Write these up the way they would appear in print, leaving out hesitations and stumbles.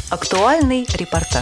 Актуальный репортаж.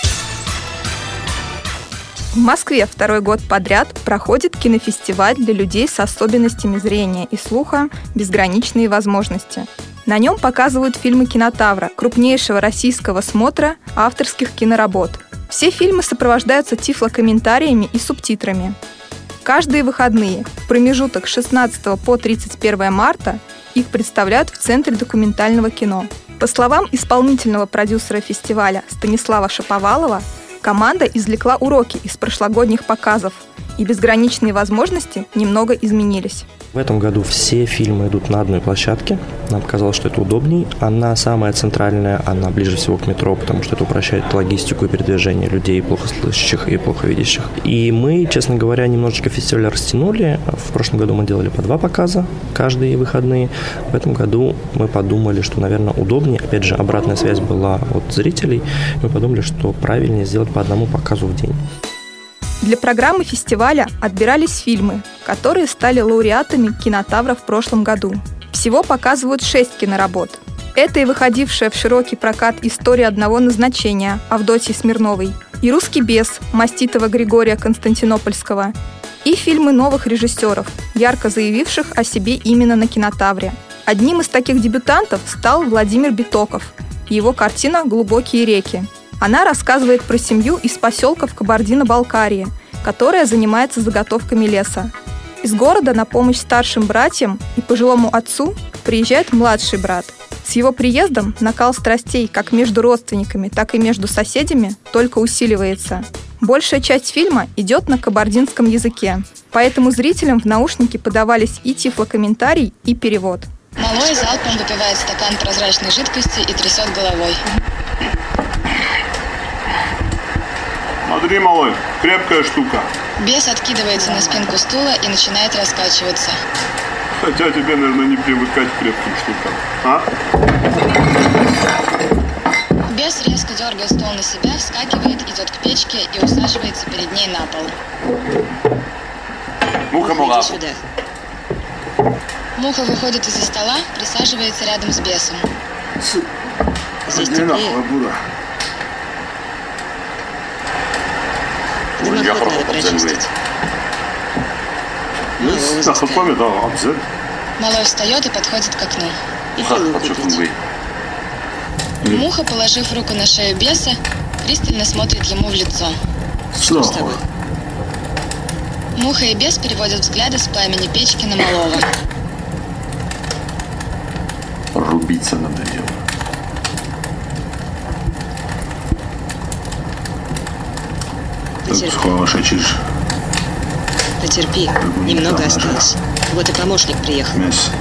В Москве второй год подряд проходит кинофестиваль для людей с особенностями зрения и слуха «Безграничные возможности». На нем показывают фильмы «Кинотавра», крупнейшего российского смотра авторских киноработ. Все фильмы сопровождаются тифлокомментариями и субтитрами. Каждые выходные, в промежуток с 16 по 31 марта, их представляют в Центре документального кино. По словам исполнительного продюсера фестиваля Станислава Шаповалова, команда извлекла уроки из прошлогодних показов, и безграничные возможности немного изменились. В этом году все фильмы идут на одной площадке. Нам казалось, что это удобней. Она самая центральная, она ближе всего к метро, потому что это упрощает логистику и передвижение людей, плохо слышащих и плохо видящих. И мы, честно говоря, немножечко фестиваль растянули. В прошлом году мы делали по 2 показа каждые выходные. В этом году мы подумали, что, наверное, удобнее. Опять же, обратная связь была от зрителей. Мы подумали, что правильнее сделать по 1 показу в день. Для программы фестиваля отбирались фильмы, которые стали лауреатами «Кинотавра» в прошлом году. Всего показывают 6 киноработ. Это и выходившая в широкий прокат «История одного назначения» Авдотьи Смирновой, и «Русский бес» маститого Григория Константинопольского, и фильмы новых режиссеров, ярко заявивших о себе именно на «Кинотавре». Одним из таких дебютантов стал Владимир Битоков и его картина «Глубокие реки». Она рассказывает про семью из поселка в Кабардино-Балкарии, которая занимается заготовками леса. Из города на помощь старшим братьям и пожилому отцу приезжает младший брат. С его приездом накал страстей как между родственниками, так и между соседями только усиливается. Большая часть фильма идет на кабардинском языке, поэтому зрителям в наушники подавались и тифлокомментарий, и перевод. Малой залпом выпивает стакан прозрачной жидкости и трясет головой. Смотри, малой, крепкая штука. Бес откидывается на спинку стула и начинает раскачиваться. Хотя тебе, наверное, не привыкать к крепким штукам, а? Бес резко дергает стол на себя, вскакивает, идет к печке и усаживается перед ней на пол. Муха-муха. Иди сюда. Муха выходит из-за стола, присаживается рядом с бесом. Здесь теплее. Дымоход надо прочистить. Малой встает и подходит к окну. И пилу купить. Муха, положив руку на шею беса, пристально смотрит ему в лицо. Что с тобой? Муха и бес переводят взгляды с пламени печки на малого. Рубиться надо дело. Потерпи, немного осталось. Вот и помощник приехал.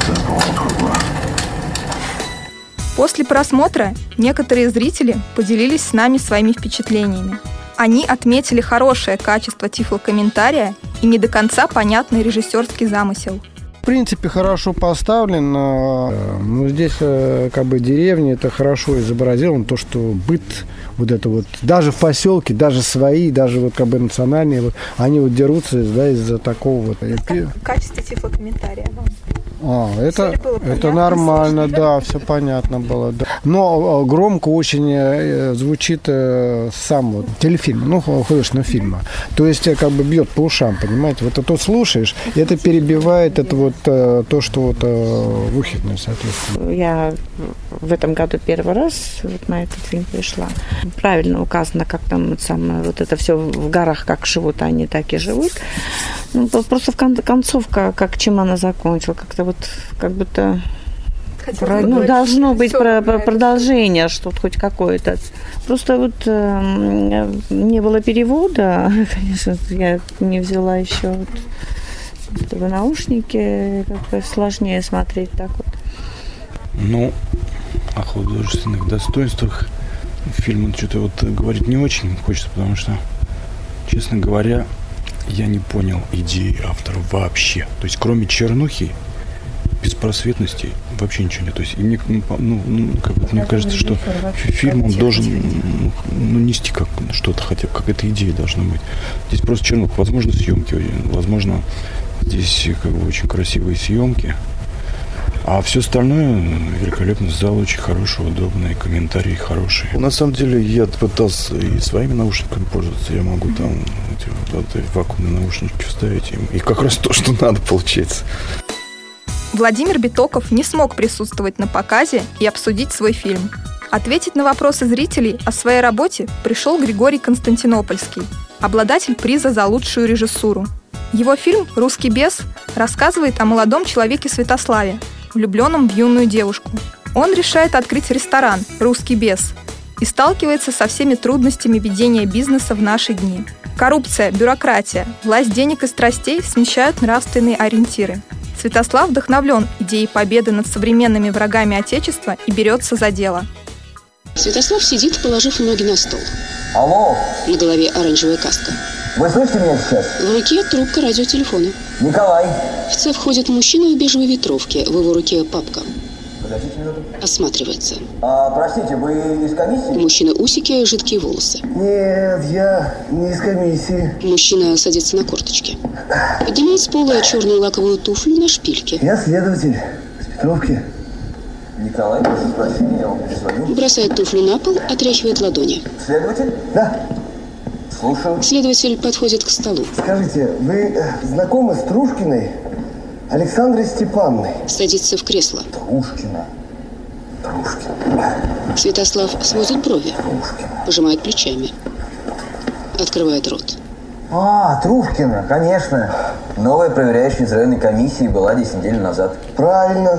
После просмотра некоторые зрители поделились с нами своими впечатлениями. Они отметили хорошее качество тифлокомментария и не до конца понятный режиссерский замысел. В принципе, хорошо поставлен. Но здесь как бы деревня, это хорошо изобразировано, то, что быт, вот это вот, даже в поселке, даже свои, даже вот как бы национальные, вот, они вот дерутся, да, из-за такого вот. В качестве тифлокомментария. Это нормально, да, все понятно было. Да. Но громко очень звучит сам вот телефильм, художественного фильма. То есть как бы бьет по ушам, понимаете? Вот это слушаешь, и это перебивает это вот то, что вот в ухе, соответственно. Я в этом году первый раз вот на этот фильм пришла. Правильно указано, как там вот это все в горах, как живут они, так и живут. Просто концовка, чем она закончила, как-то вот как будто должно быть продолжение, что-то хоть какое-то. Просто вот не было перевода, конечно, я не взяла еще в наушники, как-то сложнее смотреть так вот. О художественных достоинствах фильма что-то вот говорить не очень хочется, потому что, честно говоря, я не понял идеи автора вообще. То есть, кроме чернухи, беспросветности, вообще ничего нет. То есть, мне кажется, что фильм он должен нести как что-то, хотя какая-то идея должна быть. Здесь просто чернуха. Возможно, съемки. Возможно, здесь как бы очень красивые съемки. А все остальное великолепно. Зал очень хороший, удобный, комментарии хорошие. На самом деле я пытался и своими наушниками пользоваться. Я могу там эти вакуумные наушнички вставить им. И как раз то, что надо, получается. Владимир Битоков не смог присутствовать на показе и обсудить свой фильм. Ответить на вопросы зрителей о своей работе пришел Григорий Константинопольский, обладатель приза за лучшую режиссуру. Его фильм «Русский бес» рассказывает о молодом человеке Святославе, влюбленном в юную девушку. Он решает открыть ресторан «Русский бес» и сталкивается со всеми трудностями ведения бизнеса в наши дни. Коррупция, бюрократия, власть денег и страстей смещают нравственные ориентиры. Святослав вдохновлен идеей победы над современными врагами Отечества и берется за дело. Святослав сидит, положив ноги на стол. Алло. На голове оранжевая каска. Вы слышите меня сейчас? В руке трубка радиотелефона. Николай. В цех входит мужчина в бежевой ветровке. В его руке папка. Подождите минуту. Осматривается. Простите, вы из комиссии? У мужчины усики, жидкие волосы. Нет, я не из комиссии. Мужчина садится на корточки. Поднимает с пола черную лаковую туфлю на шпильке. Я следователь с Петровки. Николай, прошу прощения, я вам перезвоню. Бросает туфлю на пол, отряхивает ладони. Следователь? Да. Слушаю. Следователь подходит к столу. Скажите, вы знакомы с Трушкиной Александрой Степановной? Садится в кресло. Трушкина. Святослав сводит брови. Трушкина. Пожимает плечами. Открывает рот. Трушкина, конечно. Новая проверяющая из районной комиссии была 10 недель назад. Правильно.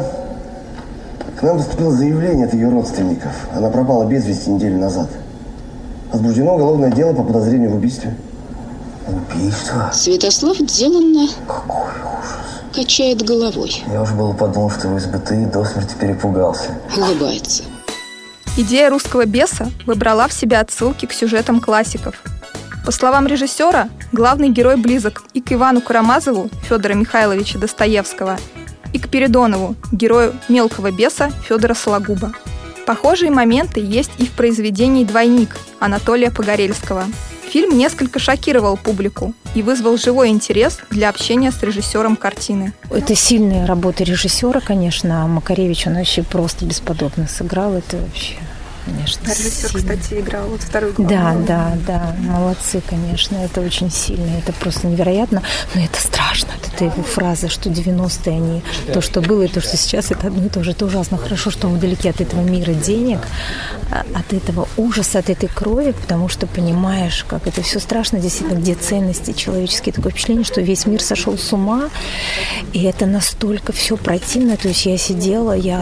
К нам поступило заявление от ее родственников. Она пропала без вести неделю назад. Возбуждено уголовное дело по подозрению в убийстве. Убийство? Святослав деланно... Какой ужас. Качает головой. Я уж было подумал, что вы избытые до смерти перепугался. Улыбается. Идея «Русского беса» выбрала в себя отсылки к сюжетам классиков. По словам режиссера, главный герой близок и к Ивану Карамазову, Федора Михайловича Достоевского, и к Передонову, герою «Мелкого беса» Федора Сологуба. Похожие моменты есть и в произведении «Двойник» Анатолия Погорельского. Фильм несколько шокировал публику и вызвал живой интерес для общения с режиссером картины. Это сильная работа режиссера, конечно, а Макаревич, он вообще просто бесподобно сыграл. Это вообще, конечно, режиссер, сильно. кстати, играл вот вторую главу. Да, молодцы, конечно, это очень сильно, это просто невероятно, но это страшно. Это его фраза, что 90-е они, то, что было и то, что сейчас, это одно и то же. Это ужасно хорошо, что мы далеки от этого мира денег, от этого ужаса, от этой крови, потому что понимаешь, как это все страшно, действительно, где ценности человеческие. Такое впечатление, что весь мир сошел с ума, и это настолько все противно. То есть я сидела, я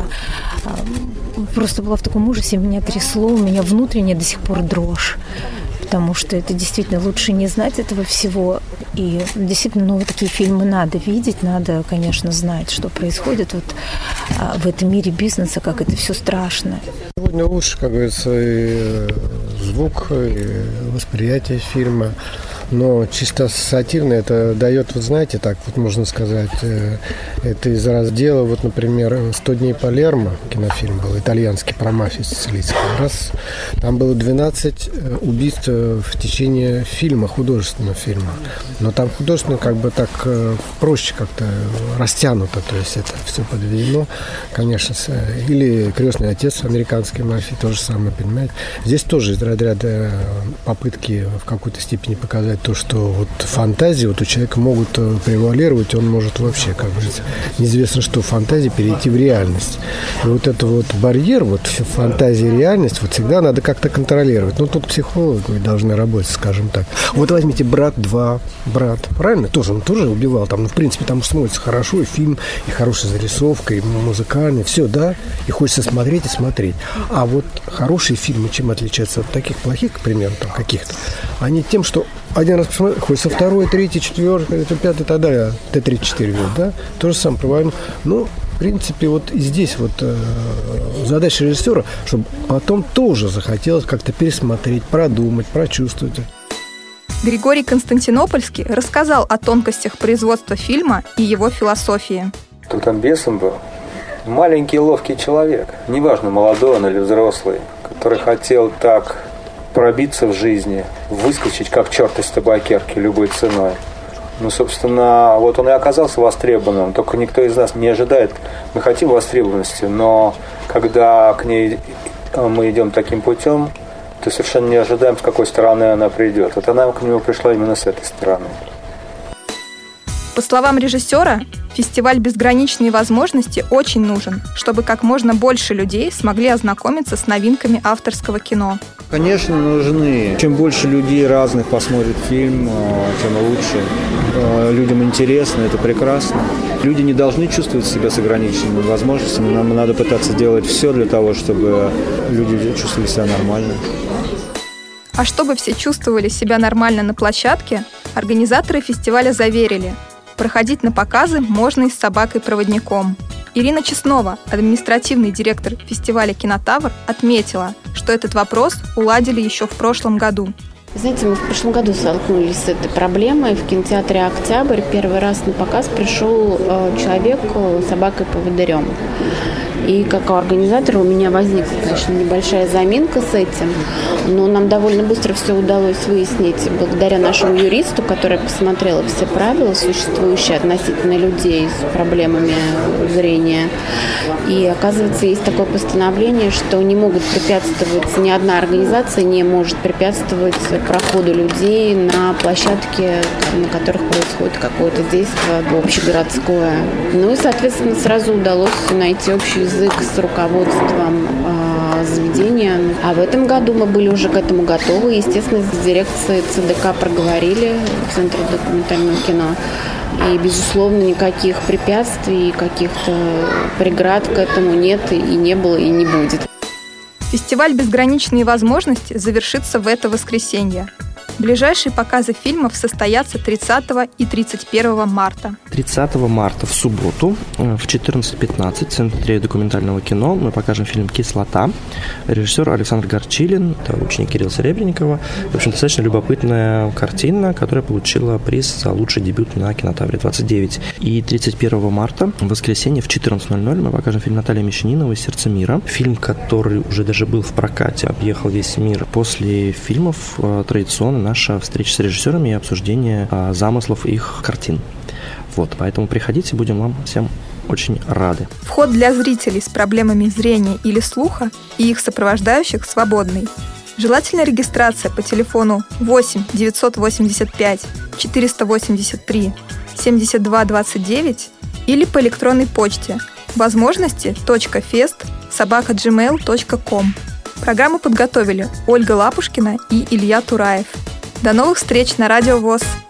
просто была в таком ужасе, меня трясло, у меня внутренне до сих пор дрожь. Потому что это действительно лучше не знать этого всего. И действительно, вот такие фильмы надо видеть, надо, конечно, знать, что происходит вот в этом мире бизнеса, как это все страшно. Сегодня лучше, как говорится, и звук, и восприятие фильма. Но чисто ассоциативно это дает, вот знаете, так вот можно сказать, это из раздела, вот, например, «100 дней Палермо», кинофильм был, итальянский, про мафию сицилийскую. Раз, там было 12 убийств в течение фильма, художественного фильма. Но там художественно как бы так проще как-то растянуто, то есть это все подведено, конечно. Или «Крестный отец» американской мафии, то же самое, понимаете. Здесь тоже из ряда попытки в какой-то степени показать то, что вот фантазии вот у человека могут превалировать, он может вообще, как говорится, неизвестно что, фантазии перейти в реальность. И вот это вот барьер, вот фантазия и реальность, вот всегда надо как-то контролировать. Ну, тут психологи должны работать, скажем так. Вот возьмите «Брат 2», «Брат», правильно? Тоже, он тоже убивал. Там, ну, в принципе, там смотрится хорошо, и фильм, и хорошая зарисовка, и музыкальный, все, да, и хочется смотреть и смотреть. А вот хорошие фильмы чем отличаются от таких плохих, к примеру, там каких-то? Они тем, что один раз посмотреть, хочется второй, третий, четвертый, пятый, и так далее, Т-34, да, то же самое про войну. Ну, в принципе, вот и здесь вот задача режиссера, чтобы потом тоже захотелось как-то пересмотреть, продумать, прочувствовать. Григорий Константинопольский рассказал о тонкостях производства фильма и его философии. Тут он бесом был. Маленький ловкий человек, неважно, молодой он или взрослый, который хотел так пробиться в жизни, выскочить как черт из табакерки любой ценой. Ну, собственно, вот он и оказался востребованным, только никто из нас не ожидает. Мы хотим востребованности, но когда к ней мы идем таким путем, то совершенно не ожидаем, с какой стороны она придет. Вот она к нему пришла именно с этой стороны. По словам режиссера, фестиваль «Безграничные возможности» очень нужен, чтобы как можно больше людей смогли ознакомиться с новинками авторского кино. Конечно, нужны. Чем больше людей разных посмотрит фильм, тем лучше. Людям интересно, это прекрасно. Люди не должны чувствовать себя с ограниченными возможностями. Нам надо пытаться делать все для того, чтобы люди чувствовали себя нормально. А чтобы все чувствовали себя нормально на площадке, организаторы фестиваля заверили – проходить на показы можно и с собакой-проводником. Ирина Чеснова, административный директор фестиваля «Кинотавр», отметила, что этот вопрос уладили еще в прошлом году. Знаете, мы в прошлом году столкнулись с этой проблемой. В кинотеатре «Октябрь» первый раз на показ пришел человек с собакой-поводырем. И как у организатора у меня возникла, конечно, небольшая заминка с этим, но нам довольно быстро все удалось выяснить благодаря нашему юристу, который посмотрела все правила, существующие относительно людей с проблемами зрения. И, оказывается, есть такое постановление, что не могут препятствовать, ни одна организация не может препятствовать проходу людей на площадке, на которых происходит какое-то действие общегородское. Ну и, соответственно, сразу удалось найти общий язык с руководством заведения. А в этом году мы были уже к этому готовы. Естественно, с дирекцией ЦДК проговорили в Центре документального кино. И, безусловно, никаких препятствий, каких-то преград к этому нет, и не было, и не будет. Фестиваль «Безграничные возможности» завершится в это воскресенье. Ближайшие показы фильмов состоятся 30 и 31 марта. 30 марта в субботу в 14:15 в Центре документального кино мы покажем фильм «Кислота». Режиссер Александр Горчилин, это ученик Кирилла Серебренникова. В общем, достаточно любопытная картина, которая получила приз за лучший дебют на Кинотавре 29. И 31 марта, в воскресенье в 14:00 мы покажем фильм Натальи Мещаниновой «Сердце мира». Фильм, который уже даже был в прокате, объехал весь мир. После фильмов традиционно наша встреча с режиссерами и обсуждение замыслов их картин. Вот, поэтому приходите, будем вам всем очень рады. Вход для зрителей с проблемами зрения или слуха и их сопровождающих свободный. Желательно регистрация по телефону 8 985 483 72 29 или по электронной почте возможности.fest@gmail.com. Программу подготовили Ольга Лапушкина и Илья Тураев. До новых встреч на Радио ВОС!